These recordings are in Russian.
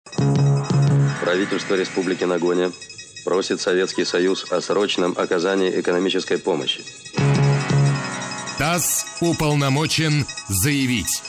Правительство Республики Нагоня просит Советский Союз о срочном оказании экономической помощи. ТАСС уполномочен заявить.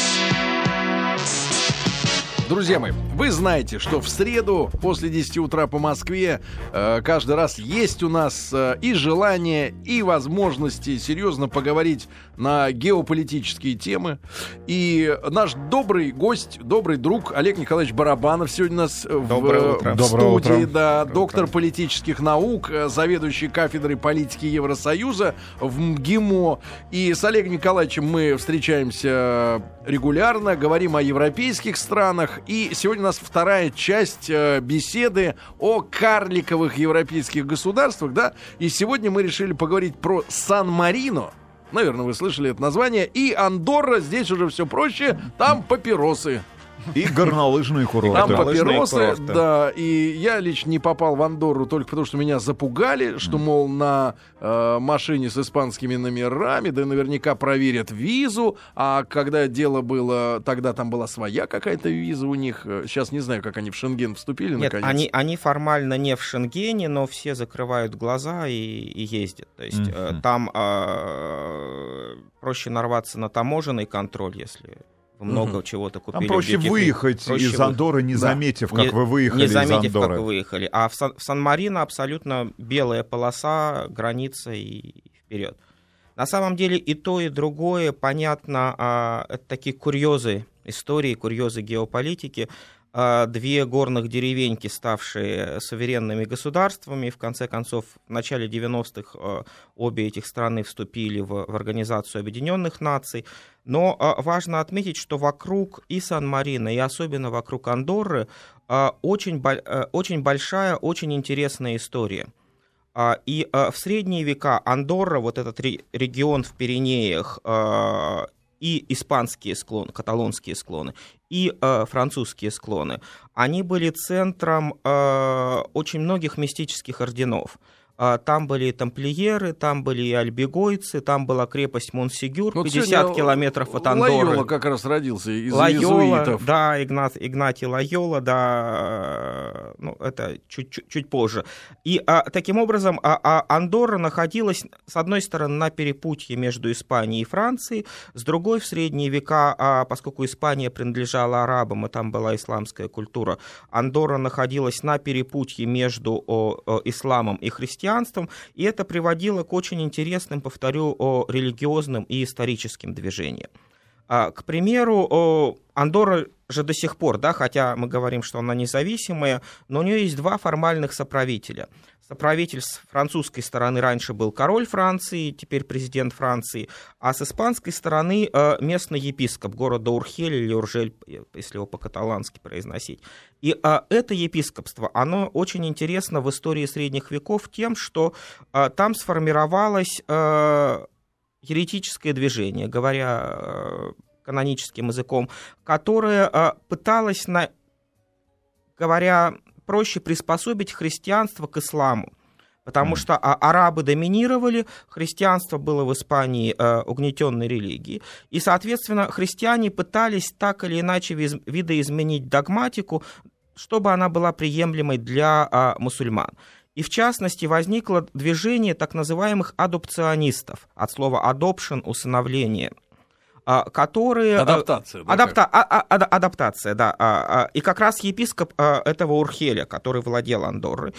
Друзья мои, вы знаете, что в среду после 10 утра по Москве каждый раз есть у нас и желание, и возможности серьезно поговорить на геополитические темы. И наш добрый гость, добрый друг Олег Николаевич Барабанов сегодня у нас в студии. Да, доктор политических наук, заведующий кафедрой политики Евросоюза в МГИМО. И с Олегом Николаевичем мы встречаемся регулярно, говорим о европейских странах. И сегодня у нас вторая часть беседы о карликовых европейских государствах, да. И сегодня мы решили поговорить про Сан-Марино. Наверное, вы слышали это название. И Андорра, здесь уже все проще. Там папиросы. И горнолыжные курорты. Там папиросы, да. И я лично не попал в Андорру только потому, что меня запугали, что, мол, на машине с испанскими номерами, да наверняка проверят визу. А когда дело было, тогда там была своя какая-то виза у них. Сейчас не знаю, как они в Шенген вступили. Нет, наконец. они формально не в Шенгене, но все закрывают глаза и ездят. То есть там проще нарваться на таможенный контроль, если... много чего-то купили. Там проще выехать из Андорры, не заметив, как вы выехали из Андорры. Не заметив, как вы выехали. А в Сан-Марино абсолютно белая полоса, граница и вперед. На самом деле и то, и другое, понятно, это такие курьезы истории, курьезы геополитики. Две горных деревеньки, ставшие суверенными государствами. В конце концов, в начале 90-х обе этих страны вступили в Организацию Объединенных Наций. Но важно отметить, что вокруг и Сан-Марино, и особенно вокруг Андорры, очень большая, очень интересная история. И в средние века Андорра, вот этот регион в Пиренеях, и испанские склоны, каталонские склоны, и французские склоны, они были центром очень многих мистических орденов. Там были и тамплиеры, там были и альбегойцы, там была крепость Монсигюр, 50 километров от Андорры. Лайола как раз родился из иезуитов. Да, Игнатий Лайола, да, ну, это чуть позже. И таким образом Андорра находилась, с одной стороны, на перепутье между Испанией и Францией, с другой, в средние века, поскольку Испания принадлежала арабам, и там была исламская культура, Андорра находилась на перепутье между исламом и христианством, и это приводило к очень интересным, повторю, религиозным и историческим движениям. К примеру, Андорра же до сих пор, да, хотя мы говорим, что она независимая, но у нее есть два формальных соправителя. Соправитель с французской стороны раньше был король Франции, теперь президент Франции, а с испанской стороны местный епископ города Урхель или Уржель, если его по-каталански произносить. И это епископство, оно очень интересно в истории средних веков тем, что там сформировалось еретическое движение, говоря каноническим языком, которое пыталось, говоря проще, приспособить христианство к исламу. Потому что арабы доминировали, христианство было в Испании угнетенной религией, и, соответственно, христиане пытались так или иначе видоизменить догматику, чтобы она была приемлемой для мусульман. И, в частности, возникло движение так называемых адопционистов, от слова adoption — усыновление, которые... Адаптация. Адаптация, да. И как раз епископ этого Урхеля, который владел Андоррой,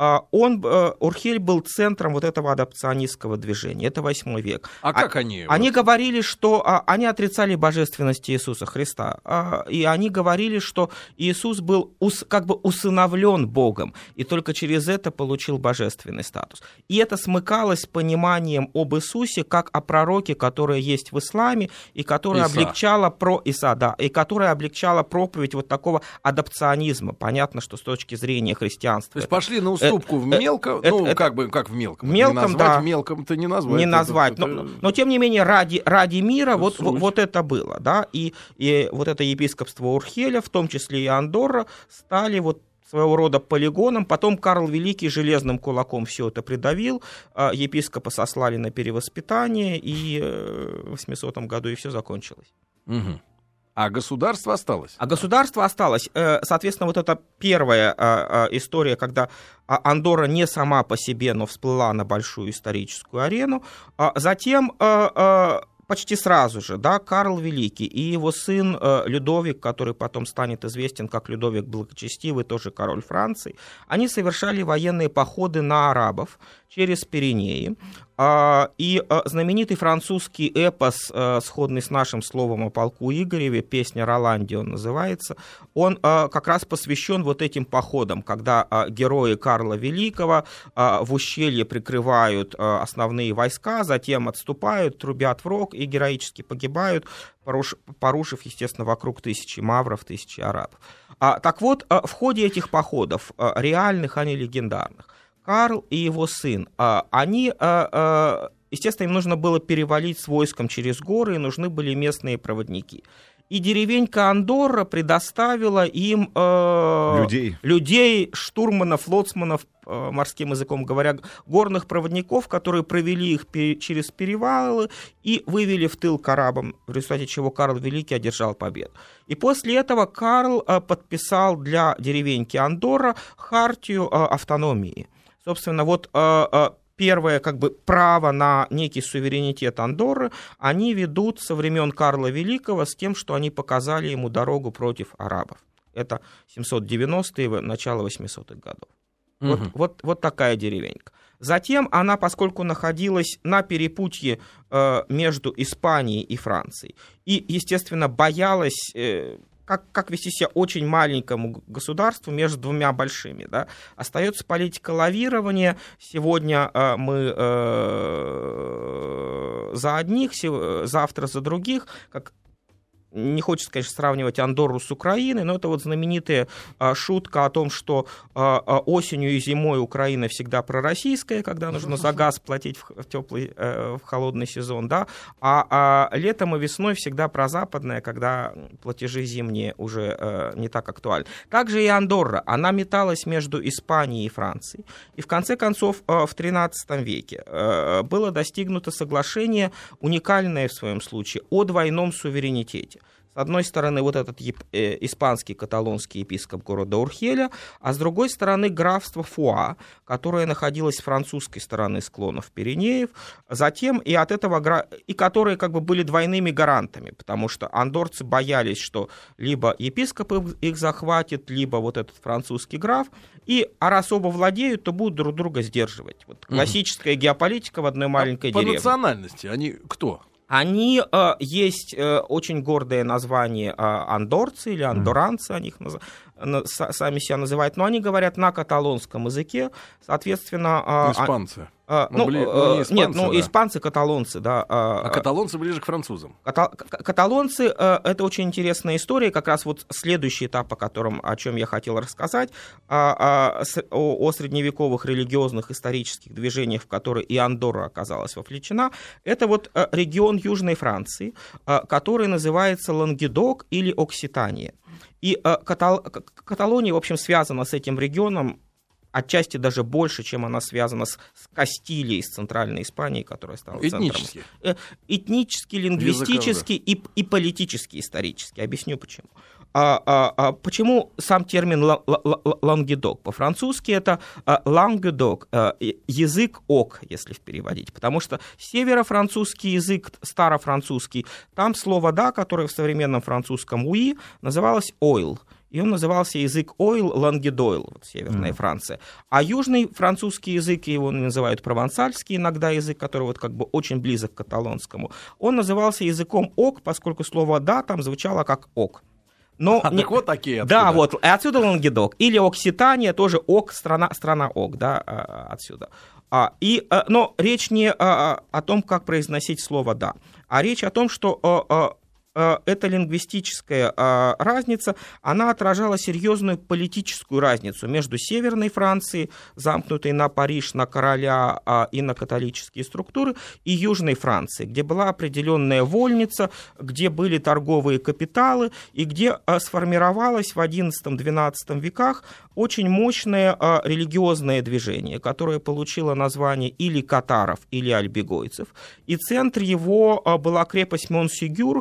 Урхель был центром вот этого адопционистского движения. Это 8 век. А как они? Они говорили, что они отрицали божественность Иисуса Христа. И они говорили, что Иисус был как бы усыновлен Богом, и только через это получил божественный статус. И это смыкалось с пониманием об Иисусе как о пророке, которое есть в исламе, и которая облегчала проповедь вот такого адопционизма. Понятно, что с точки зрения христианства. То есть пошли на уступку в мелко, как в мелком. Мелком, да. Мелком-то не назвать. Не назвать. Но тем не менее, ради мира вот это было. Да? И вот это епископство Урхеля, в том числе и Андорра, стали вот своего рода полигоном. Потом Карл Великий железным кулаком все это придавил, епископа сослали на перевоспитание, и в 800 году и все закончилось. Угу. А государство осталось? А государство осталось. Соответственно, вот это первая история, когда Андорра не сама по себе, но всплыла на большую историческую арену. Затем почти сразу же, да, Карл Великий и его сын Людовик, который потом станет известен как Людовик Благочестивый, тоже король Франции, они совершали военные походы на арабов через Пиренеи. И знаменитый французский эпос, сходный с нашим словом о полку Игореве, песня «Роланди» он называется, он как раз посвящен вот этим походам, когда герои Карла Великого в ущелье прикрывают основные войска, затем отступают, трубят в рог и героически погибают, порушив, естественно, вокруг 1000 мавров, 1000 арабов. Так вот, в ходе этих походов, реальных, а не легендарных, Карл и его сын, они, естественно, им нужно было перевалить с войском через горы, и нужны были местные проводники. И деревенька Андорра предоставила им людей, штурманов, лоцманов, морским языком говоря, горных проводников, которые провели их через перевалы и вывели в тыл к арабам, в результате чего Карл Великий одержал победу. И после этого Карл подписал для деревеньки Андорра хартию автономии. Собственно, вот первое право на некий суверенитет Андорры они ведут со времен Карла Великого с тем, что они показали ему дорогу против арабов. Это 790-е, начало 800-х годов. Вот такая деревенька. Затем она, поскольку находилась на перепутье между Испанией и Францией, и, естественно, боялась... Как вести себя очень маленькому государству между двумя большими. Да? Остается политика лавирования. Сегодня мы за одних, завтра за других. Не хочется, конечно, сравнивать Андорру с Украиной, но это вот знаменитая шутка о том, что осенью и зимой Украина всегда пророссийская, когда нужно за газ платить в холодный сезон, да, а летом и весной всегда прозападная, когда платежи зимние уже не так актуальны. Также и Андорра, она металась между Испанией и Францией, и в конце концов в XIII веке было достигнуто соглашение, уникальное в своем случае, о двойном суверенитете. С одной стороны, вот этот испанский каталонский епископ города Урхеля, а с другой стороны графство Фуа, которое находилось с французской стороны склонов Пиренеев, затем и от этого, и которые были двойными гарантами, потому что андорцы боялись, что либо епископ их захватит, либо вот этот французский граф, и раз оба владеют, то будут друг друга сдерживать. Вот классическая геополитика в одной маленькой деревне. По национальности они кто? Они есть очень гордое название андорцы или андоранцы, они их сами себя называют, но они говорят на каталонском языке, соответственно... Испанцы. Испанцы, каталонцы, да. А каталонцы ближе к французам. Каталонцы, это очень интересная история, как раз вот следующий этап, о чем я хотел рассказать, о средневековых религиозных исторических движениях, в которые и Андорра оказалась вовлечена, это вот регион Южной Франции, который называется Лангедок или Окситания. И Каталония, в общем, связана с этим регионом отчасти даже больше, чем она связана с Кастилией, с центральной Испанией, которая стала центром. Этнически, лингвистически и политически, исторически. Объясню почему. Почему сам термин «лангедок»? По-французски это «лангедок», язык ок, если переводить, потому что северофранцузский язык, старофранцузский, там слово «да», которое в современном французском «уи», называлось «ойл». И он назывался язык ойл лангедойл, вот северная Франция. А южный французский язык, его называют провансальский иногда язык, который вот очень близок к каталонскому, он назывался языком ок, поскольку слово «да» там звучало как «ок». Но так вот такие отсюда. Да, вот, и отсюда Лангедок. Или Окситания, тоже ок, страна ок, да, отсюда. Но речь не о том, как произносить слово «да», а речь о том, что эта лингвистическая разница, она отражала серьезную политическую разницу между Северной Францией, замкнутой на Париж, на короля и на католические структуры, и Южной Францией, где была определенная вольница, где были торговые капиталы, и где сформировалось в XI-XII веках очень мощное религиозное движение, которое получило название или катаров, или альбегойцев. И центр его была крепость Монсигюр, которая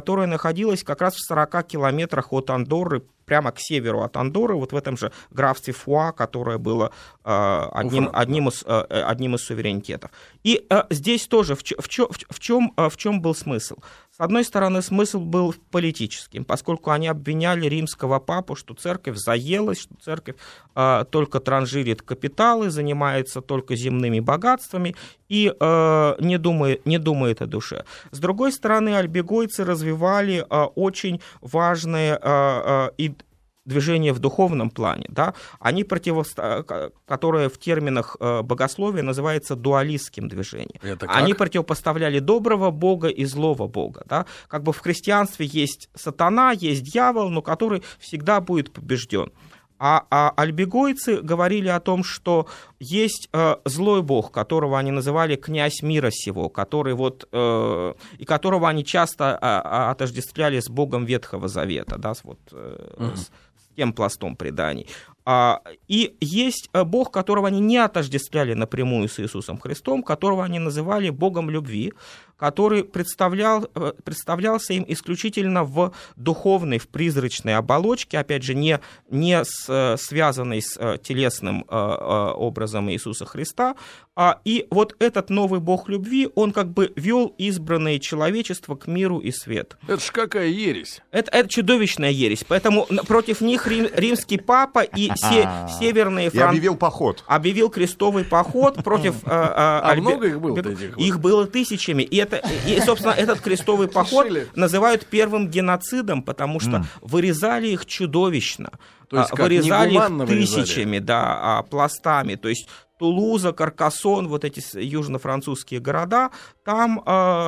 которая находилась как раз в 40 километрах от Андорры, прямо к северу от Андорры, вот в этом же графстве Фуа, которое было одним из суверенитетов. И здесь тоже в чем был смысл? С одной стороны, смысл был политическим, поскольку они обвиняли римского папу, что церковь заелась, что церковь только транжирит капиталы, занимается только земными богатствами и не думает о душе. С другой стороны, альбегойцы развивали очень важные движение в духовном плане, да, которое в терминах богословия называется дуалистским движением. Они противопоставляли доброго бога и злого бога. Да. Как бы в христианстве есть сатана, есть дьявол, но который всегда будет побежден. А альбегойцы говорили о том, что есть злой бог, которого они называли князь мира сего, который и которого они часто отождествляли с богом Ветхого Завета, да, с тем пластом преданий. И есть Бог, которого они не отождествляли напрямую с Иисусом Христом, которого они называли Богом любви, который представлялся им исключительно в духовной, в призрачной оболочке, опять же, не связанной с телесным образом Иисуса Христа. И вот этот новый Бог любви, он как бы вел избранное человечество к миру и свету. Это ж какая ересь. Это чудовищная ересь, поэтому против них римский папа и северные франки объявил крестовый поход против много их было? Их было тысячами. И, собственно, этот крестовый поход называют первым геноцидом, потому что вырезали их чудовищно. То есть вырезали их тысячами, да, пластами. То есть Тулуза, Каркасон, вот эти южно-французские города, там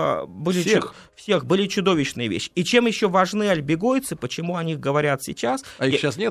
были чудовищные вещи. И чем еще важны альбегойцы, почему о них говорят сейчас? А их сейчас нет?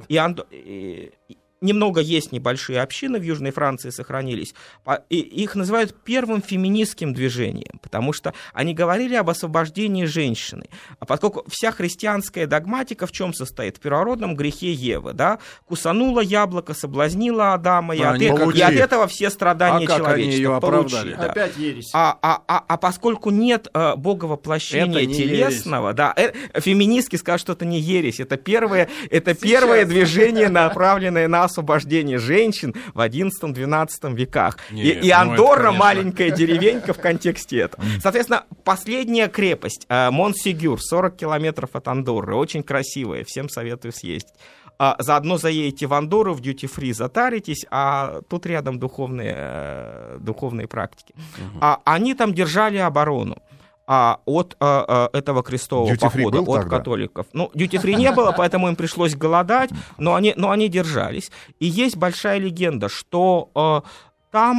Немного есть небольшие общины в Южной Франции сохранились, и их называют первым феминистским движением, потому что они говорили об освобождении женщины. А поскольку вся христианская догматика в чем состоит? В первородном грехе Евы, да? Кусанула яблоко, соблазнила Адама, и от этого все страдания человечества получили. Да. Опять ересь. А поскольку нет боговоплощения телесного, да, феминистки скажут, что это не ересь, это первое движение, направленное на освобождение женщин в XI-XII веках. И Андорра маленькая деревенька в контексте этого. Соответственно, последняя крепость, Монсегюр, 40 километров от Андорры, очень красивая, всем советую съездить. Заодно заедете в Андорру, в дьюти-фри затаритесь, а тут рядом духовные практики. Они там держали оборону от этого крестового похода, от католиков. Ну, дьюти-фри не было, поэтому им пришлось голодать, но они держались. И есть большая легенда, что там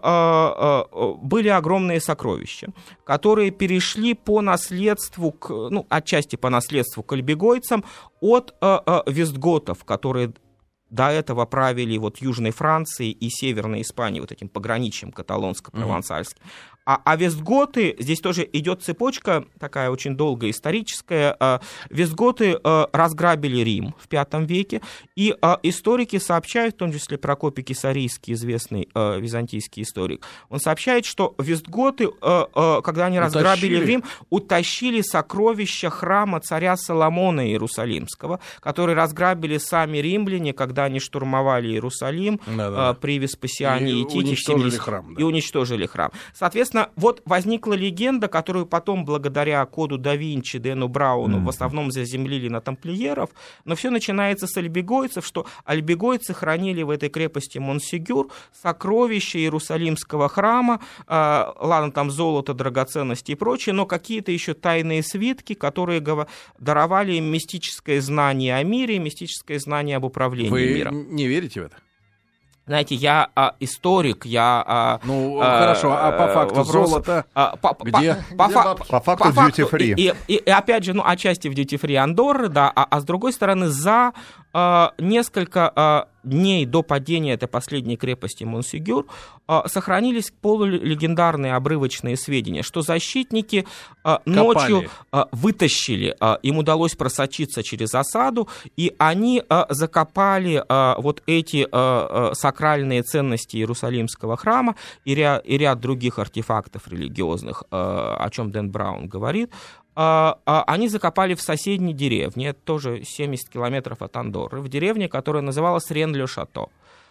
были огромные сокровища, которые перешли по наследству, отчасти по наследству к альбегойцам от вестготов, которые до этого правили вот Южной Францией и Северной Испанией, вот этим пограничьем каталонско-провансальским. А вестготы, здесь тоже идет цепочка такая очень долгая, историческая. Вестготы разграбили Рим в V веке, и историки сообщают, в том числе Прокопий Кесарийский, известный византийский историк, он сообщает, что вестготы, когда они разграбили Рим, утащили сокровища храма царя Соломона Иерусалимского, который разграбили сами римляне, когда они штурмовали Иерусалим при Веспасиане и Тите и уничтожили храм. Соответственно, вот возникла легенда, которую потом, благодаря коду да Винчи, Дэну Брауну, в основном заземлили на тамплиеров, но все начинается с альбегойцев, что альбегойцы хранили в этой крепости Монсегюр сокровища Иерусалимского храма, ладно, там золото, драгоценности и прочее, но какие-то еще тайные свитки, которые даровали им мистическое знание о мире, мистическое знание об управлении миром. Вы не верите в это? Знаете, я историк, хорошо, а по факту золото где? По факту duty-free. И опять же, отчасти в duty-free Андорры, да, а с другой стороны, за несколько дней до падения этой последней крепости Монсегюр сохранились полулегендарные обрывочные сведения, что защитники ночью вытащили, им удалось просочиться через осаду, и они закопали вот эти сакральные ценности Иерусалимского храма и ряд других артефактов религиозных, о чем Дэн Браун говорит, они закопали в соседней деревне, это тоже 70 километров от Андорры, в деревне, которая называлась Рен-ле-Шато.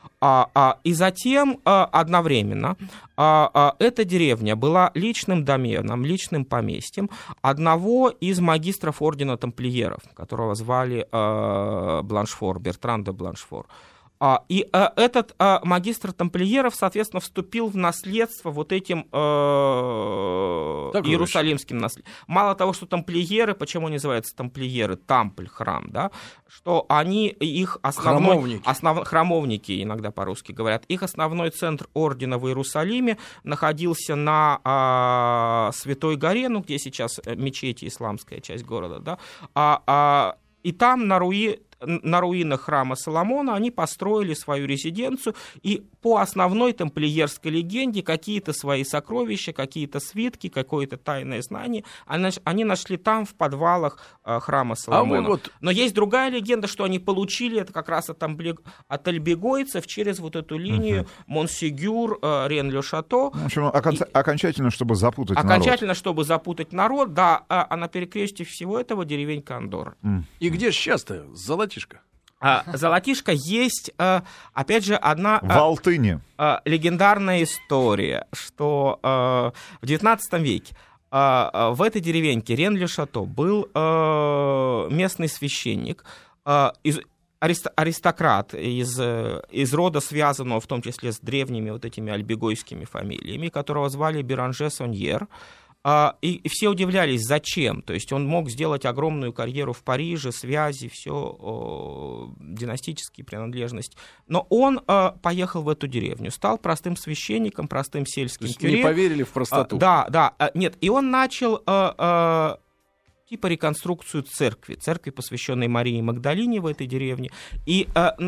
И затем одновременно эта деревня была личным доменом, личным поместьем одного из магистров ордена тамплиеров, которого звали Бланшфор, Бертран де Бланшфор. И этот магистр тамплиеров, соответственно, вступил в наследство вот этим иерусалимским наследием. Мало того, что тамплиеры, почему они называются тамплиеры, тампль, храм, да, что они, их храмовники, иногда по-русски говорят, их основной центр ордена в Иерусалиме находился на Святой горе, ну, где сейчас мечеть, исламская часть города, да, и там на руинах храма Соломона они построили свою резиденцию, и по основной тамплиерской легенде какие-то свои сокровища, какие-то свитки, какое-то тайное знание они нашли там, в подвалах храма Соломона. Но есть другая легенда, что они получили это как раз от альбегойцев через вот эту линию Монсегюр, Рен-ле-Шато. В общем, окончательно, чтобы запутать народ. Окончательно, чтобы запутать народ, да, а на перекрестье всего этого деревенька Андорра. И где сейчас-то золотишко? Золотишко есть, опять же, одна в Алтыне. Легендарная история, что в XIX веке в этой деревеньке Рен-ле-Шато был местный священник, аристократ из рода, связанного в том числе с древними вот этими альбегойскими фамилиями, которого звали Беранже Соньер. И все удивлялись, зачем. То есть он мог сделать огромную карьеру в Париже, связи, все, династические принадлежности. Но он поехал в эту деревню, стал простым священником, простым сельским кюре. Не поверили в простоту. Да, нет. И он начал типа реконструкцию церкви, посвященной Марии Магдалине в этой деревне, и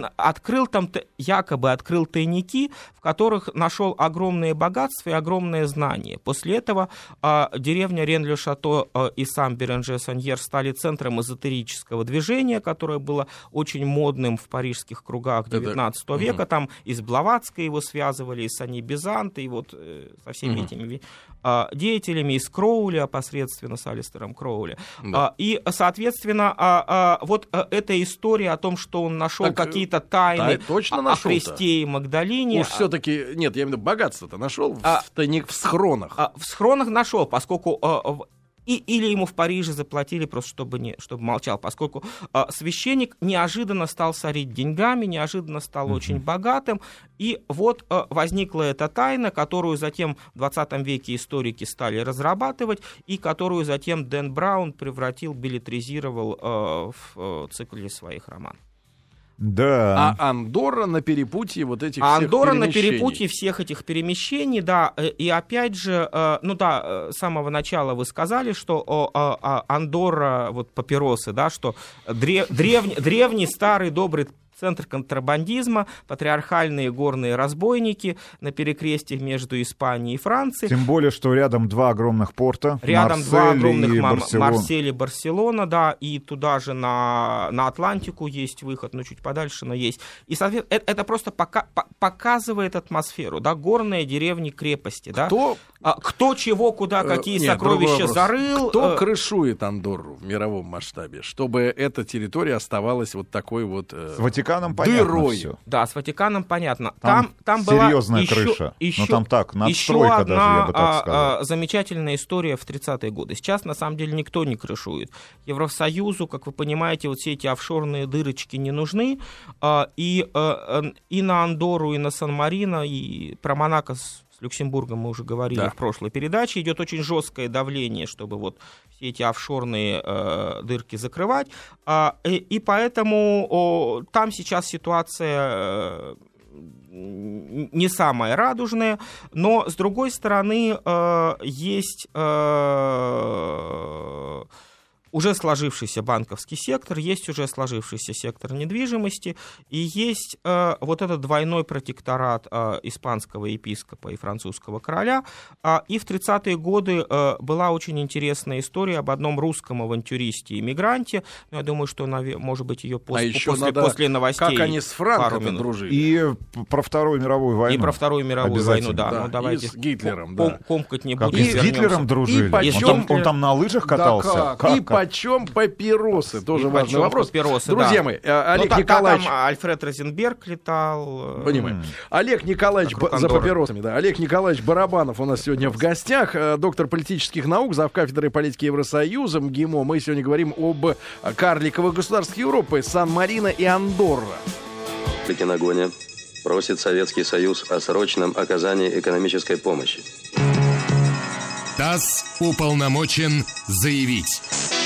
якобы открыл тайники, в которых нашел огромные богатства и огромное знание. После этого деревня Рен-ле-Шато и сам Беранже Соньер стали центром эзотерического движения, которое было очень модным в парижских кругах XIX века. Там и с Блаватской его связывали, и с Ани Бизант, и вот со всеми этими деятелями, и с Кроули, опосредственно с Алистером Кроули. Да. И, соответственно, вот эта история о том, что он нашел какие-то тайны о Христе и Магдалине. Уж все-таки, нет, я имею в виду, богатство-то нашел в тайник, в схронах. В схронах нашел, поскольку или ему в Париже заплатили просто, чтобы молчал, поскольку священник неожиданно стал сорить деньгами, неожиданно стал очень богатым, и вот возникла эта тайна, которую затем в 20 веке историки стали разрабатывать, и которую затем Дэн Браун беллетризировал в цикле своих романов. Да. А Андорра на перепутье вот этих всех Андорра перемещений. на перепутье всех этих перемещений, да. И опять же, с самого начала вы сказали, что Андорра, вот папиросы, да, что древний, старый, добрый центр контрабандизма, патриархальные горные разбойники на перекрестье между Испанией и Францией. Тем более, что рядом два огромных порта. Рядом два огромных Марсель и Барселона, да, и туда же на Атлантику есть выход, но чуть подальше, но есть. И, соответственно, это просто показывает атмосферу, да, горные деревни, крепости, да. Кто чего, куда, какие сокровища зарыл. Кто крышует Андорру в мировом масштабе, чтобы эта территория оставалась вот такой вот... С Ватиканом понятно все. Да, с Ватиканом понятно. Там серьезная крыша. Но там так, надстройка даже, я бы так сказал. Замечательная история в 30-е годы. Сейчас, на самом деле, никто не крышует. Евросоюзу, как вы понимаете, вот все эти офшорные дырочки не нужны. И на Андорру, и на Сан-Марино, и про Монако с Люксембургом мы уже говорили в прошлой передаче. Идет очень жесткое давление, чтобы вот все эти офшорные дырки закрывать. И поэтому там сейчас ситуация не самая радужная, но, с другой стороны, есть уже сложившийся банковский сектор, есть уже сложившийся сектор недвижимости, и есть вот этот двойной протекторат испанского епископа и французского короля. И в 30-е годы была очень интересная история об одном русском авантюристе-иммигранте. Я думаю, что, может быть, ее после новостей. Как они с Франко дружили. И про Вторую мировую войну. И про Вторую мировую войну, да. Да. Ну, давайте и с Гитлером, комкать не как будем. и с Гитлером дружили. Он там на лыжах катался. И почем папиросы? Тоже важный вопрос. Папиросы, друзья мои, Олег Николаевич... Там Альфред Розенберг летал. Понимаем. Олег Николаевич за папиросами, да. Олег Николаевич Барабанов у нас сегодня в гостях, доктор политических наук, завкафедрой политики Евросоюза, МГИМО. Мы сегодня говорим об карликовых государствах Европы, Сан-Марино и Андорра. Нагоня просит Советский Союз о срочном оказании экономической помощи. ТАСС уполномочен заявить.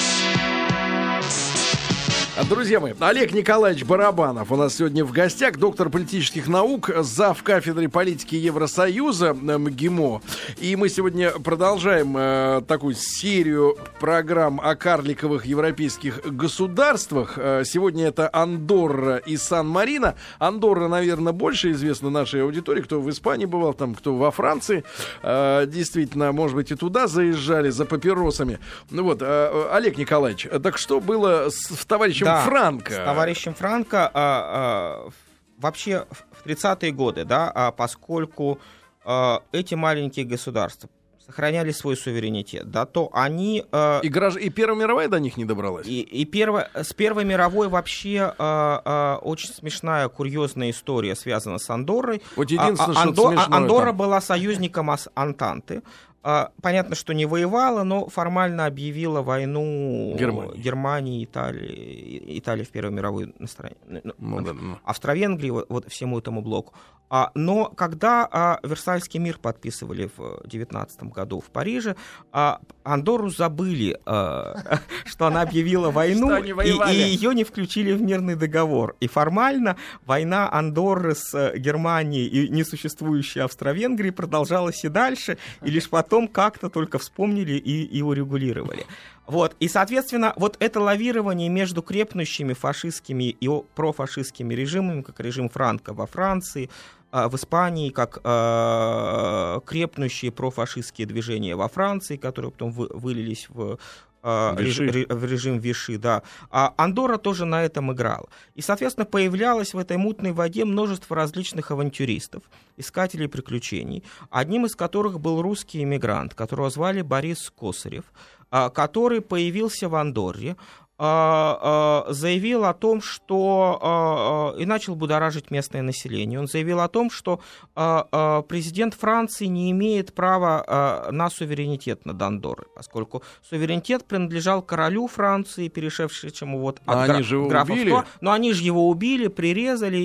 Друзья мои, Олег Николаевич Барабанов у нас сегодня в гостях, доктор политических наук, зав. Кафедры политики Евросоюза МГИМО. И мы сегодня продолжаем такую серию программ о карликовых европейских государствах. Сегодня это Андорра и Сан-Марино. Андорра, наверное, больше известна нашей аудитории, кто в Испании бывал, там, кто во Франции. Действительно, может быть, и туда заезжали за папиросами. Ну вот, Олег Николаевич, так что было с товарищем Франко? С товарищем Франко вообще в 30-е годы, да, поскольку эти маленькие государства сохраняли свой суверенитет, да, то они... И Первая мировая до них не добралась? С Первой мировой вообще очень смешная, курьезная история связана с Андоррой. Вот единственное, что смешное Андорра там. была союзником Антанты. Понятно, что не воевала, но формально объявила войну Германии, Италии в Первую мировую Австро-Венгрии, вот всему этому блоку. Но когда Версальский мир подписывали в 19 году в Париже, Андорру забыли, что она объявила войну, и ее не включили в мирный договор. И формально война Андорры с Германией и несуществующей Австро-Венгрией продолжалась и дальше, и лишь потом как-то только вспомнили и урегулировали. Вот. И, соответственно, вот это лавирование между крепнущими фашистскими и профашистскими режимами, как режим Франко во Франции, в Испании, как крепнущие профашистские движения во Франции, которые потом вылились в режим Виши, да. Андорра тоже на этом играла. И, соответственно, появлялось в этой мутной воде множество различных авантюристов, искателей приключений, одним из которых был русский эмигрант, которого звали Борис Косарев, который появился в Андорре, заявил о том, что и начал будоражить местное население. Он заявил о том, что президент Франции не имеет права на суверенитет над Андоррой, поскольку суверенитет принадлежал королю Франции, перешедшему вот от графа Фруа. Но они же его убили, прирезали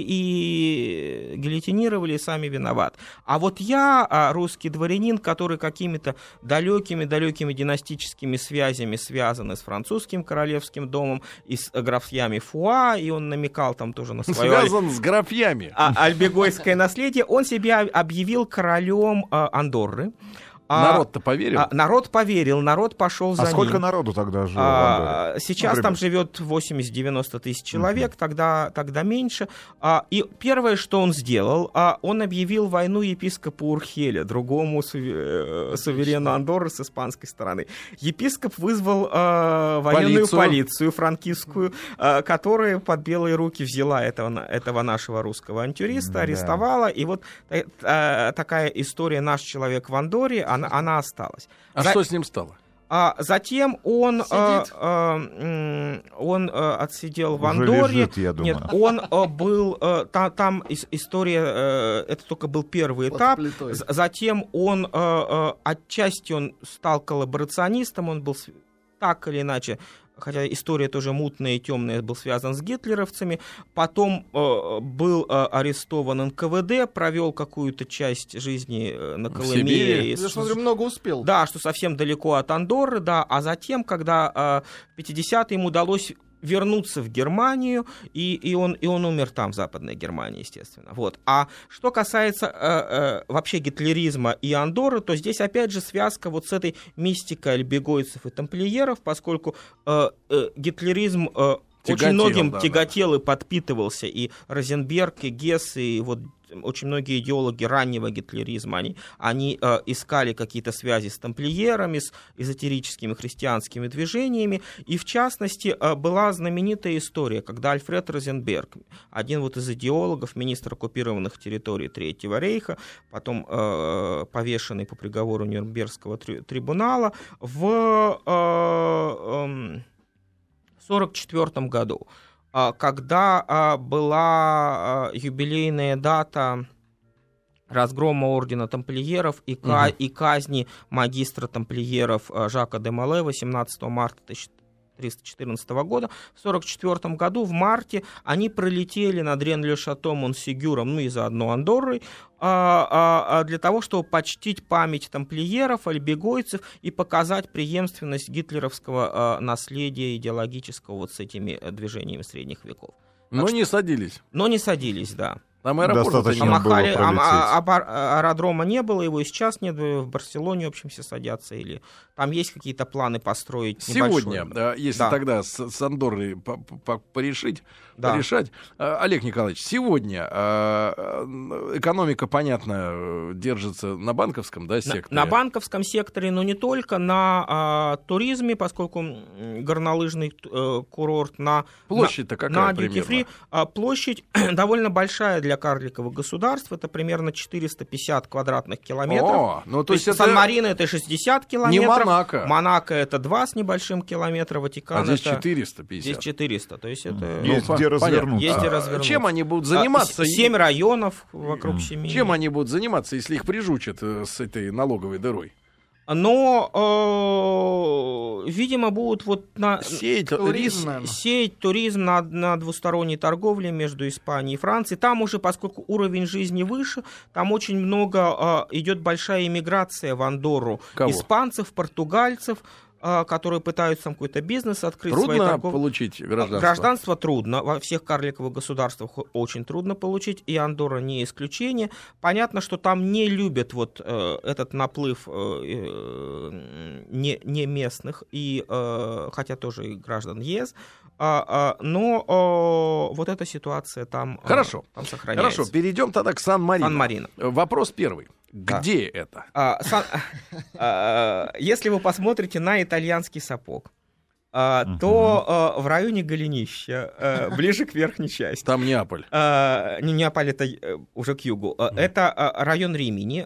и гильотинировали, и сами виноваты. А вот я, русский дворянин, который какими-то далекими династическими связями связаны с французским королевским домом и с графьями Фуа, и он намекал там тоже на свое... Связан с графьями. Альбегойское наследие. Он себя объявил королем Андорры. Народ-то поверил? Народ поверил, народ пошел за ним. А сколько народу тогда жило в Андорре? Сейчас там живет 80-90 тысяч человек, тогда меньше. И первое, что он сделал, он объявил войну епископу Урхеля, другому суверену Андорры с испанской стороны. Епископ вызвал военную полицию франкистскую, которая под белые руки взяла этого нашего русского авантюриста, арестовала. И вот такая история «Наш человек в Андорре», она осталась. Что с ним стало? Затем он отсидел в Андорре. Лежит, я думаю. Нет, он был там история. Это только был первый этап. Затем он отчасти стал коллаборационистом. Он был так или иначе, хотя история тоже мутная и темная, был связан с гитлеровцами. Потом был арестован НКВД, провел какую-то часть жизни на Колыме. Я смотрю, много успел. Да, что совсем далеко от Андорры, да. А затем, когда в 50-е ему удалось вернуться в Германию, и он умер там, в Западной Германии, естественно. Вот. А что касается вообще гитлеризма и Андорры, то здесь опять же связка вот с этой мистикой альбегойцев и тамплиеров, поскольку гитлеризм очень многим тяготел и подпитывался, и Розенберг, и Гесс, и вот очень многие идеологи раннего гитлеризма, они искали какие-то связи с тамплиерами, с эзотерическими христианскими движениями, и в частности была знаменитая история, когда Альфред Розенберг, один вот из идеологов, министр оккупированных территорий Третьего рейха, потом повешенный по приговору Нюрнбергского трибунала, в 1944 году, когда была юбилейная дата разгрома ордена тамплиеров и казни магистра тамплиеров Жака де Моле 18 марта 1314 года. В 1944 году, в марте, они пролетели над Рен-ле-Шато, Монсегюром, ну и заодно Андоррой, для того, чтобы почтить память тамплиеров, альбегойцев и показать преемственность гитлеровского наследия идеологического вот с этими движениями средних веков. Но не садились. Но не садились, да. Там аэропорта аэродрома не было, его и сейчас нет, в Барселоне, в общем, все садятся, или там есть какие-то планы построить сегодня, если тогда с Андоррой порешать, Олег Николаевич, сегодня экономика, понятно, держится на банковском, да, секторе? На банковском секторе, но не только, на туризме, поскольку горнолыжный курорт, площадь-то какая примерно? Площадь довольно большая для карликовых государств, это примерно 450 квадратных километров. То есть Сан-Марино это 60 километров. Не Монако. Монако это 2 с небольшим километра, Ватикан здесь это... 450. Здесь 400, то есть это... Есть где развернуться. Есть где развернуться. Чем они будут заниматься? 7 районов вокруг 7. Чем они будут заниматься, если их прижучат с этой налоговой дырой? Но, видимо, будут вот сеять туризм на двусторонней торговле между Испанией и Францией. Там уже, поскольку уровень жизни выше, там очень много идет большая иммиграция в Андорру. Кого? Испанцев, португальцев, которые пытаются там какой-то бизнес открыть. Трудно получить гражданство? Гражданство трудно. Во всех карликовых государствах очень трудно получить, и Андорра не исключение. Понятно, что там не любят вот этот наплыв не местных, и, хотя тоже и граждан ЕС, но вот эта ситуация там, там сохраняется. Хорошо, перейдем тогда к Сан-Марино. Вопрос первый. Где это? Если вы посмотрите на итальянский сапог, то в районе Голенища, ближе к верхней части. Там Неаполь. Неаполь это уже к югу. Это район Римини.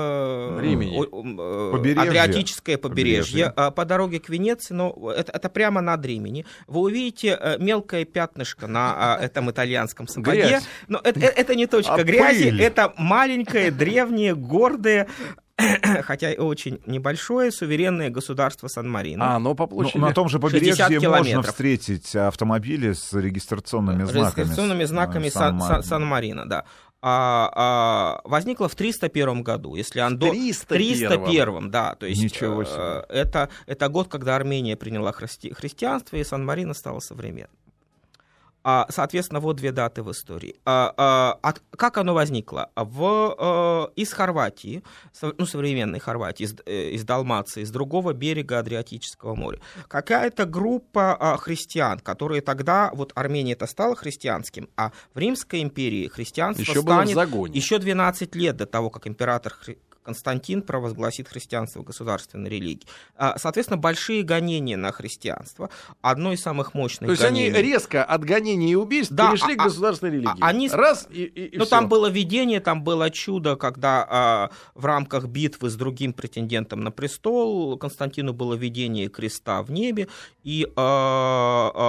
Адриатическое побережье. По дороге к Венеции, но это прямо над Римини. Вы увидите мелкое пятнышко на этом итальянском сапоге. Грязь. Но это не точка грязи, это маленькое, древнее, гордое, хотя и очень небольшое, суверенное государство Сан-Марино. Но по площади на том же побережье можно встретить автомобили с регистрационными знаками. С регистрационными знаками Сан-Марино, да. Возникло в 301 году. Если 301, да. То есть ничего себе. Это год, когда Армения приняла христианство, и Сан-Марино стало современным. Соответственно, вот две даты в истории. Как оно возникло? Из Хорватии, современной Хорватии, из Далмации, с другого берега Адриатического моря, какая-то группа христиан, которые тогда, вот Армения это стала христианским, а в Римской империи христианство станет еще 12 лет до того, как император Константин провозгласит христианство государственной религией. Соответственно, большие гонения на христианство. Одно из самых мощных гонений. То есть они резко от гонений и убийств перешли к государственной религии. Но там было видение, там было чудо, когда в рамках битвы с другим претендентом на престол Константину было видение креста в небе, и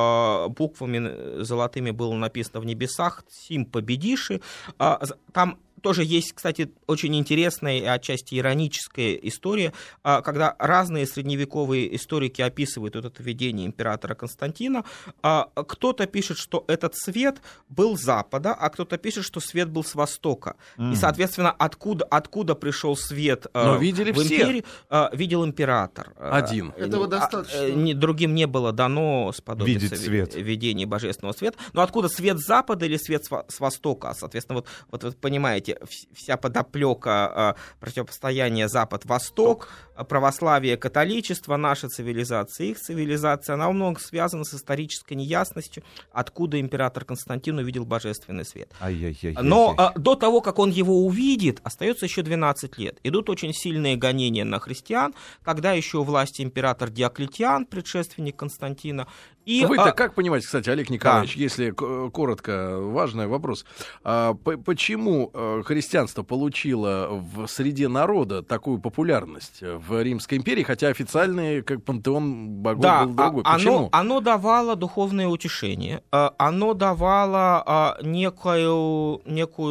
буквами золотыми было написано в небесах «Сим победиши». Там тоже есть, кстати, очень интересная и отчасти ироническая история, когда разные средневековые историки описывают вот это видение императора Константина. Кто-то пишет, что этот свет был с запада, а кто-то пишет, что свет был с востока. И, соответственно, откуда пришел свет в империи, видел император. Один. Этого достаточно. Другим не было дано сподобиться видению божественного света. Но откуда свет с запада или свет с востока? Соответственно, вот вы понимаете, вся подоплека противостояния Запад-Восток, православие, католичество, наша цивилизация, их цивилизация, она во многом связана с исторической неясностью, откуда император Константин увидел божественный свет. Но до того, как он его увидит, остается еще 12 лет. Идут очень сильные гонения на христиан, когда еще у власти император Диоклетиан, предшественник Константина. И, вы-то как понимаете, кстати, Олег Николаевич, если коротко, важный вопрос, почему христианство получило в среде народа такую популярность в Римской империи, хотя официальный пантеон богов был другой? Почему? Оно давало духовное утешение, оно давало некую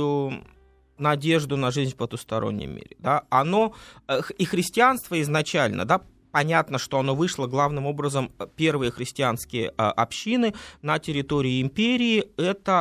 надежду на жизнь в потустороннем мире. Да? И христианство изначально, да, понятно, что оно вышло главным образом, первые христианские общины на территории империи, это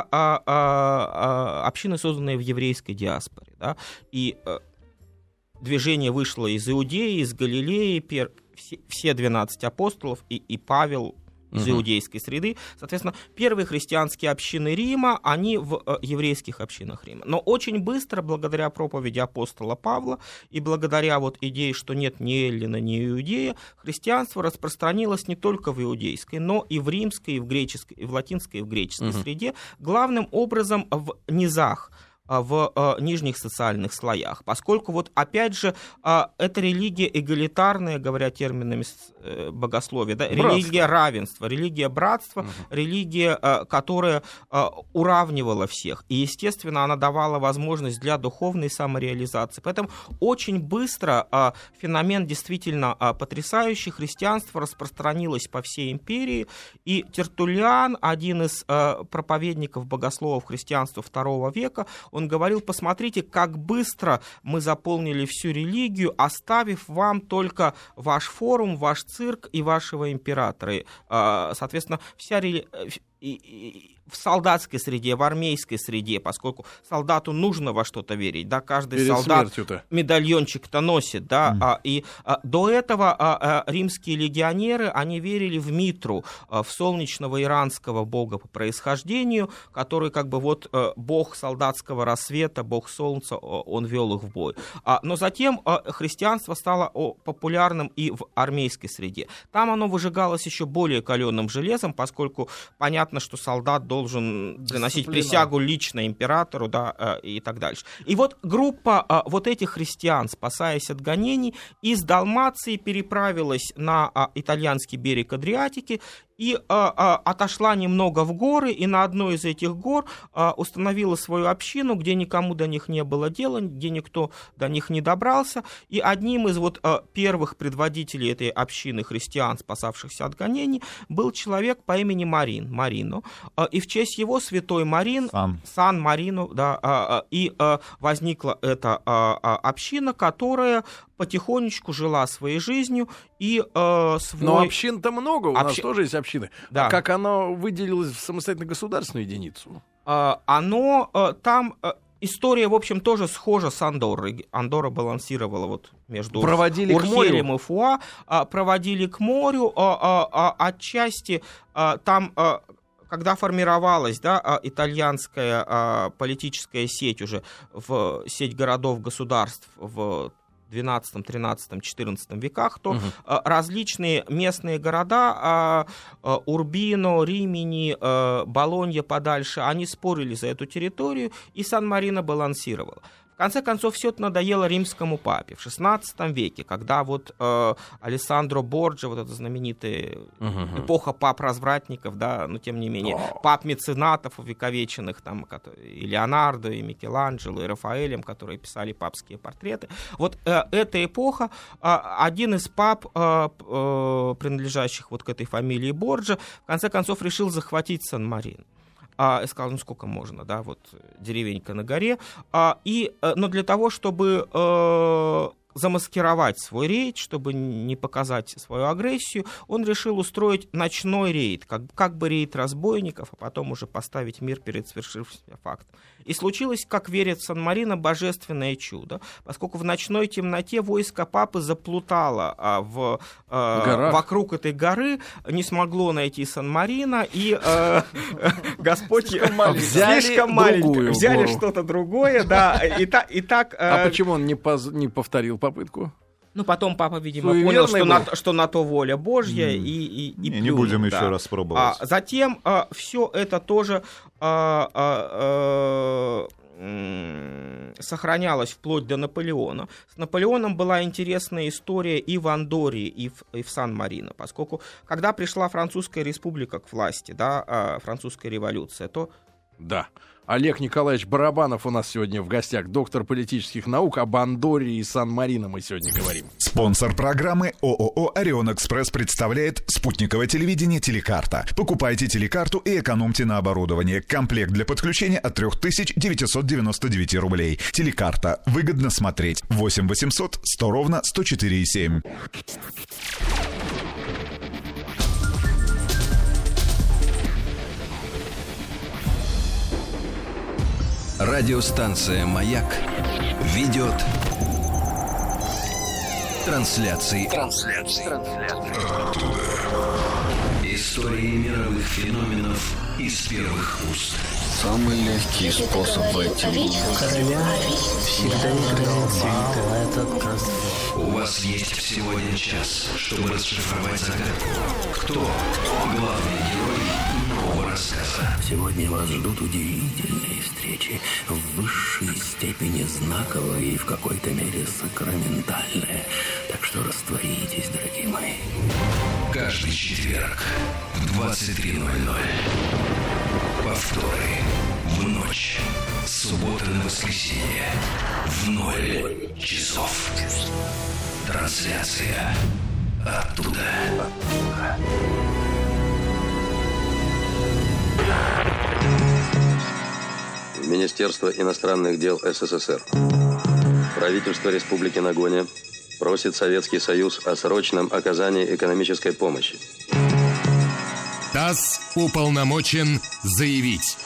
общины, созданные в еврейской диаспоре. Да? И движение вышло из Иудеи, из Галилеи, все 12 апостолов и Павел из иудейской среды. Соответственно, первые христианские общины Рима, они в еврейских общинах Рима. Но очень быстро, благодаря проповеди апостола Павла и благодаря идее, что нет ни Эллина, ни Иудея, христианство распространилось не только в иудейской, но и в римской, и в греческой, и в латинской, и в греческой среде, главным образом в низах, в нижних социальных слоях, поскольку, опять же, это религия эгалитарная, говоря терминами богословия, да, религия равенства, религия братства, религия, которая уравнивала всех. И, естественно, она давала возможность для духовной самореализации. Поэтому очень быстро феномен действительно потрясающий. Христианство распространилось по всей империи, и Тертуллиан, один из проповедников богословов христианства II века, он говорил: посмотрите, как быстро мы заполнили всю религию, оставив вам только ваш форум, ваш цирк и вашего императора. Соответственно, вся в солдатской среде, в армейской среде, поскольку солдату нужно во что-то верить, да, каждый перед солдат смертью-то медальончик-то носит, да, и до этого римские легионеры, они верили в Митру, в солнечного иранского бога по происхождению, который бог солдатского рассвета, бог солнца, он вел их в бой. Но затем христианство стало популярным и в армейской среде. Там оно выжигалось еще более каленым железом, поскольку понятно, что солдат должен приносить присягу лично императору, да, и так дальше. И группа этих христиан, спасаясь от гонений, из Далмации переправилась на итальянский берег Адриатики и отошла немного в горы, и на одной из этих гор установила свою общину, где никому до них не было дела, где никто до них не добрался. И одним из первых предводителей этой общины христиан, спасавшихся от гонений, был человек по имени Марино. И в честь его святой Марин, Сан-Марино, да, и возникла эта община, которая потихонечку жила своей жизнью и Но общин-то много, у нас тоже есть общины. Да. А как оно выделилось в самостоятельно государственную единицу? История, в общем, тоже схожа с Андоррой. Андорра балансировала между Урхелем и Фуа, проводили к морю, отчасти там... Когда формировалась, да, итальянская политическая сеть уже, сеть городов-государств в 12, 13, 14 веках, то различные местные города, Урбино, Римини, Болонья подальше, они спорили за эту территорию, и Сан-Марино балансировал. В конце концов, все это надоело римскому папе в XVI веке, когда Алессандро Борджа, эта знаменитая эпоха пап-развратников, да, но тем не менее, пап-меценатов увековеченных, там, и Леонардо, и Микеланджело, и Рафаэлем, которые писали папские портреты. Эта эпоха, один из пап, принадлежащих к этой фамилии Борджа, в конце концов решил захватить Сан-Марино. и сказал, ну сколько можно, да, вот деревенька на горе. Но для того, чтобы замаскировать свой рейд, чтобы не показать свою агрессию, он решил устроить ночной рейд, как бы рейд разбойников, а потом уже поставить мир перед свершившимся фактом. И случилось, как верят в Сан-Марино, божественное чудо, поскольку в ночной темноте войско папы заплутало вокруг этой горы, не смогло найти Сан-Марино, и Господь слишком маленький, взяли что-то другое, да, и так... А почему он не повторил попытку? Ну, потом папа, видимо, понял, что на то воля Божья, и плюнул, не будем еще раз пробовать. Затем все это тоже сохранялось вплоть до Наполеона. С Наполеоном была интересная история и в Андорре, и в Сан-Марино, поскольку когда пришла Французская республика к власти, да, французская революция, то... Да. Олег Николаевич Барабанов у нас сегодня в гостях, доктор политических наук. Об Андорре и Сан-Марино мы сегодня говорим. Спонсор программы ООО «Орион Экспресс» представляет спутниковое телевидение «Телекарта». Покупайте телекарту и экономьте на оборудовании. Комплект для подключения от 3999 рублей. Телекарта. Выгодно смотреть. 8 800 100 ровно 104,7. Радиостанция «Маяк» ведет трансляции. Истории мировых феноменов из первых уст. Самый легкий способ войти в короля всегда играет этот. У вас есть всего 1 час, чтобы расшифровать загадку. Кто главный герой нового рассказа? Сегодня вас ждут удивительные встречи, в высшей степени знаковые и в какой-то мере сакраментальные. Так что растворитесь, дорогие мои. Каждый четверг в 23:00. Повторы в ночь. Суббота на воскресенье в 0 часов. Трансляция оттуда. Министерство иностранных дел СССР. Правительство Республики Нагония просит Советский Союз о срочном оказании экономической помощи. ТАСС уполномочен заявить.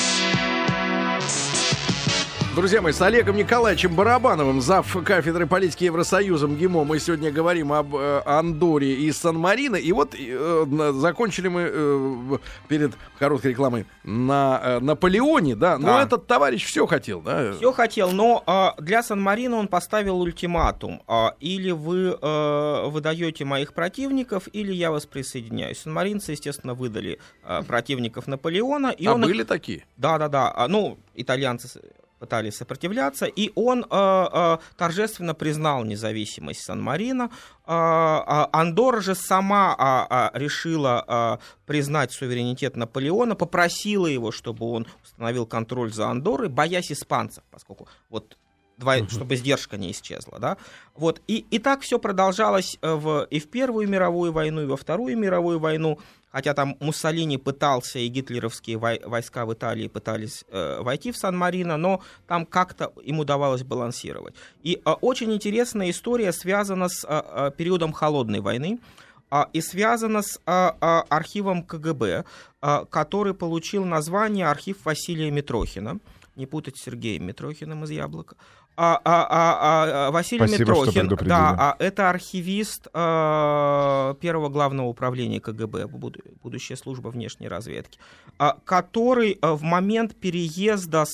Друзья мои, с Олегом Николаевичем Барабановым, зав. Кафедры политики Евросоюза МГИМО, мы сегодня говорим об Андорре и Сан-Марино. И вот закончили мы перед короткой рекламой на Наполеоне, да? Но этот товарищ все хотел, да? Все хотел, но для Сан-Марино он поставил ультиматум. Или вы выдаете моих противников, или я вас присоединяюсь. Сан-маринцы, естественно, выдали противников Наполеона. И были такие? Да. Ну, итальянцы пытались сопротивляться, и он торжественно признал независимость Сан-Марино. Андорра же сама решила признать суверенитет Наполеона, попросила его, чтобы он установил контроль за Андоррой, боясь испанцев, поскольку вот чтобы сдержка не исчезла, да. Вот. И так все продолжалось и в Первую мировую войну, и во Вторую мировую войну, хотя там Муссолини пытался, и гитлеровские войска в Италии пытались войти в Сан-Марино, но там как-то им удавалось балансировать. И очень интересная история связана с периодом Холодной войны, и связана с архивом КГБ, который получил название «Архив Василия Митрохина». Не путать с Сергеем Митрохиным из «Яблока». Василий Митрохин, да, это архивист первого главного управления КГБ, будущая служба внешней разведки, который в момент переезда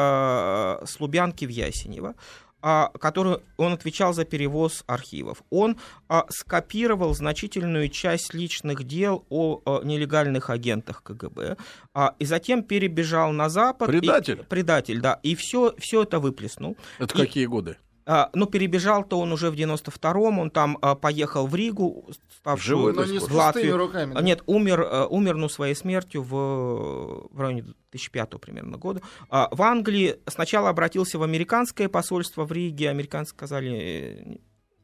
с Лубянки в Ясенево, который он отвечал за перевоз архивов. Он скопировал значительную часть личных дел о нелегальных агентах КГБ, и затем перебежал на Запад. Предатель, да. И все это выплеснул. Это какие годы? Ну, перебежал-то он уже в 92-м, он там поехал в Ригу, ставшую в Латвию. Руками, да? Нет, умер своей смертью в районе 2005 примерно года. В Англии сначала обратился в американское посольство в Риге, американцы сказали,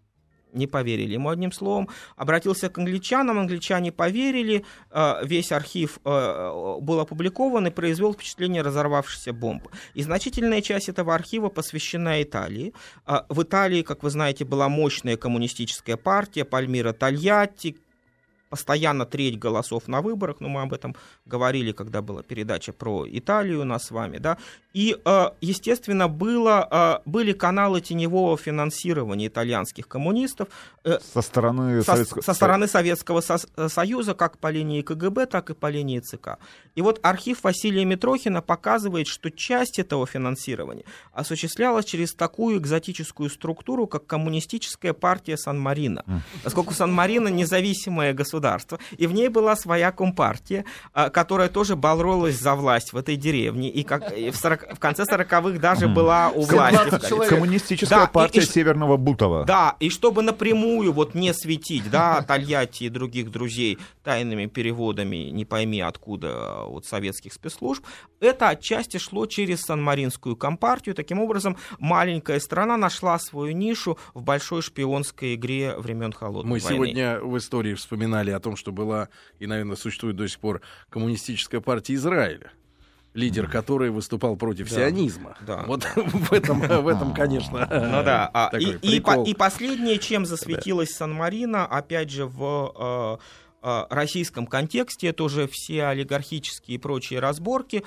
не поверили ему, одним словом. Обратился к англичанам, англичане поверили, весь архив был опубликован и произвел впечатление разорвавшейся бомбы. И значительная часть этого архива посвящена Италии. В Италии, как вы знаете, была мощная коммунистическая партия, Пальмиро Тольятти, постоянно треть голосов на выборах, но мы об этом говорили, когда была передача про Италию у нас с вами, да, и, естественно, были каналы теневого финансирования итальянских коммунистов со стороны Советского Союза, как по линии КГБ, так и по линии ЦК. И вот архив Василия Митрохина показывает, что часть этого финансирования осуществлялась через такую экзотическую структуру, как коммунистическая партия Сан-Марино. Поскольку Сан-Марино независимое государство, и в ней была своя компартия, которая тоже боролась за власть в этой деревне, и в конце 40-х даже была у власти. Коммунистическая партия Северного Бутова. Да, и чтобы напрямую вот не светить, да, Тольятти и других друзей тайными переводами, не пойми откуда, от советских спецслужб, это отчасти шло через Сан-Маринскую компартию. Таким образом, маленькая страна нашла свою нишу в большой шпионской игре времен Холодной войны. Мы сегодня в истории вспоминали о том, что была и, наверное, существует до сих пор коммунистическая партия Израиля, лидер которой выступал против сионизма. Да, вот в этом, конечно, ну, да. И последнее, чем засветилась Сан-Марино, опять же, в российском контексте, это уже все олигархические и прочие разборки.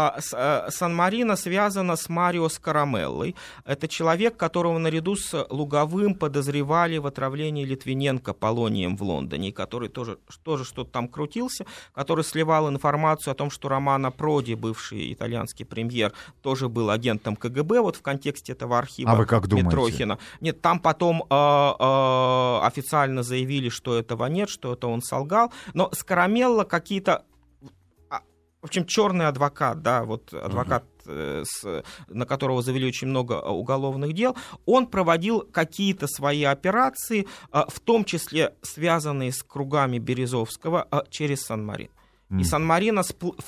Сан-Марино связано с Марио Скарамеллой. Это человек, которого наряду с Луговым подозревали в отравлении Литвиненко полонием в Лондоне, который тоже что-то там крутился, который сливал информацию о том, что Романо Проди, бывший итальянский премьер, тоже был агентом КГБ, вот в контексте этого архива Митрохина. Нет, там потом официально заявили, что этого нет, что это он солгал, но Скарамелла какие-то, в общем, черный адвокат, да, вот адвокат, на которого завели очень много уголовных дел, он проводил какие-то свои операции, в том числе связанные с кругами Березовского через Сан-Марино. И Сан-Марино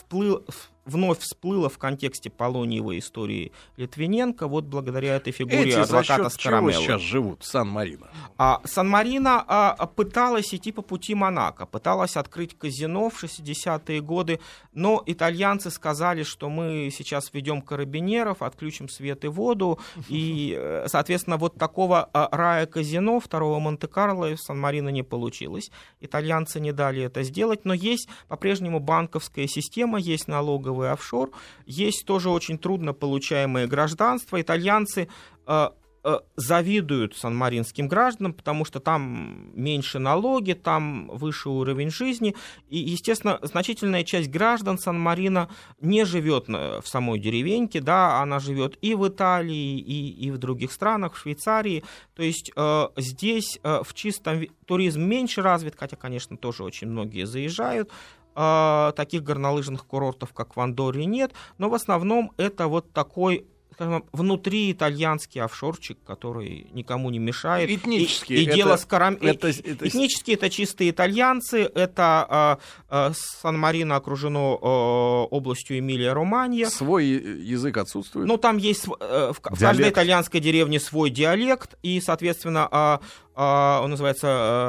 вновь всплыло в контексте полониевой истории Литвиненко, вот благодаря этой фигуре адвоката Скарамеллы. Чего сейчас живут Сан-Марино? Сан-Марино пыталась идти по пути Монако, пыталась открыть казино в 60-е годы, но итальянцы сказали, что мы сейчас введем карабинеров, отключим свет и воду, и, соответственно, вот такого рая казино, второго Монте-Карло в Сан-Марино не получилось. Итальянцы не дали это сделать, но есть по-прежнему банковская система, есть налоговый офшор, есть тоже очень трудно получаемое гражданство. Итальянцы завидуют сан-маринским гражданам, потому что там меньше налоги, там выше уровень жизни, и, естественно, значительная часть граждан Сан-Марино не живет в самой деревеньке, да, она живет и в Италии, и в других странах, в Швейцарии, то есть здесь в чистом туризм меньше развит, хотя, конечно, тоже очень многие заезжают. Таких горнолыжных курортов, как в Андорре, нет, но в основном это вот такой, скажем, внутри итальянский офшорчик, который никому не мешает. Этнический. Этнически это чистые итальянцы, это Сан-Марино окружено областью Эмилия-Романья. Свой язык отсутствует? Ну, там есть в каждой итальянской деревне свой диалект, и, соответственно, он называется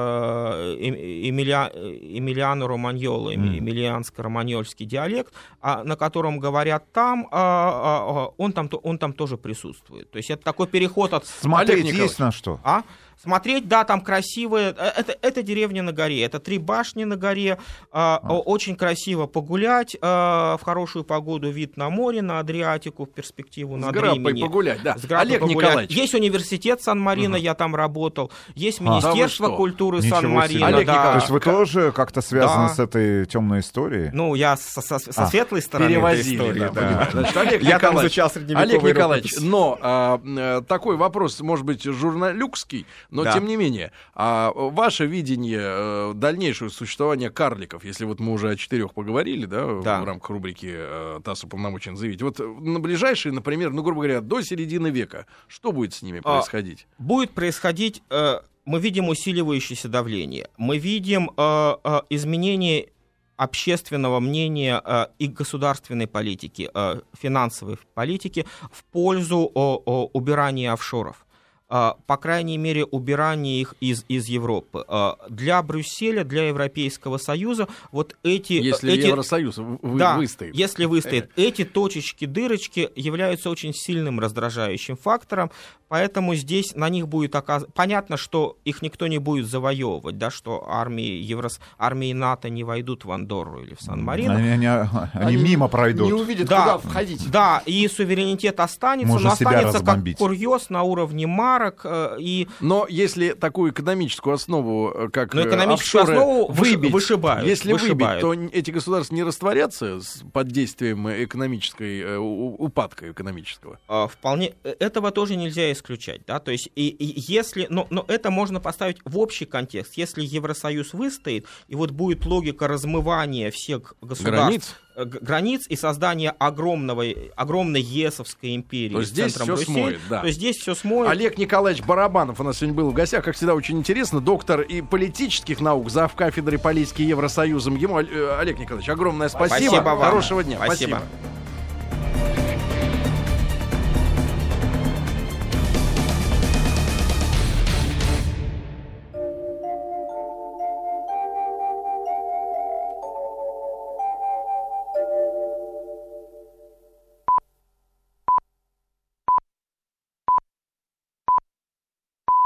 Эмилиано-Романьоло, эмилианско-романьольский диалект, на котором говорят там, он там тоже присутствует. То есть это такой переход от... Смотреть есть на что? Смотреть, да, там красивые... Это деревня на горе, это 3 башни на горе. Очень красиво погулять, в хорошую погоду вид на море, на Адриатику, в перспективу над Римени. С Граппой погулять, да. Олег Николаевич. Есть университет Сан-Марино, я там работал. Есть Министерство культуры Сан-Марино. Олег Николаевич, то есть вы тоже как-то связаны с этой темной историей? Ну, я со светлой стороны этой истории. Значит, я там изучал средневековый Олег Николаевич, но такой вопрос, может быть, журналюкский, но, тем не менее, ваше видение дальнейшего существования карликов, если вот мы уже о 4 поговорили, да, в рамках рубрики «ТАСС уполномочен заявить», вот на ближайшие, например, ну, грубо говоря, до середины века, что будет с ними происходить? Будет происходить, мы видим усиливающееся давление, мы видим изменение общественного мнения и государственной политики, финансовой политики в пользу убирания офшоров. по крайней мере, убирание их из Европы. Для Брюсселя, для Европейского Союза вот эти... Если Евросоюз выстоит. Если выстоит. Эти точечки, дырочки являются очень сильным раздражающим фактором, поэтому здесь на них будет оказываться... Понятно, что их никто не будет завоевывать, да, что армии НАТО не войдут в Андорру или в Сан-Марино. Они мимо пройдут. Не увидят, куда входить. Да, и суверенитет останется, можно но останется разбомбить. Как курьез на уровне марок. Но если такую экономическую основу, как экономическую офшоры, основу выбить, вышибают. Выбить, то эти государства не растворятся под действием экономической упадка экономического. Вполне этого тоже нельзя исключать, да, то есть если, но это можно поставить в общий контекст. Если Евросоюз выстоит, и вот будет логика размывания всех государств, границ и создания огромной ЕСовской империи, то здесь все смоет, да. То здесь все смоет. Олег Николаевич Барабанов у нас сегодня был в гостях, как всегда, очень интересно, доктор и политических наук, завкафедрой политики Евросоюзом. Ему, Олег Николаевич, огромное спасибо. Спасибо вам. Хорошего дня. Спасибо.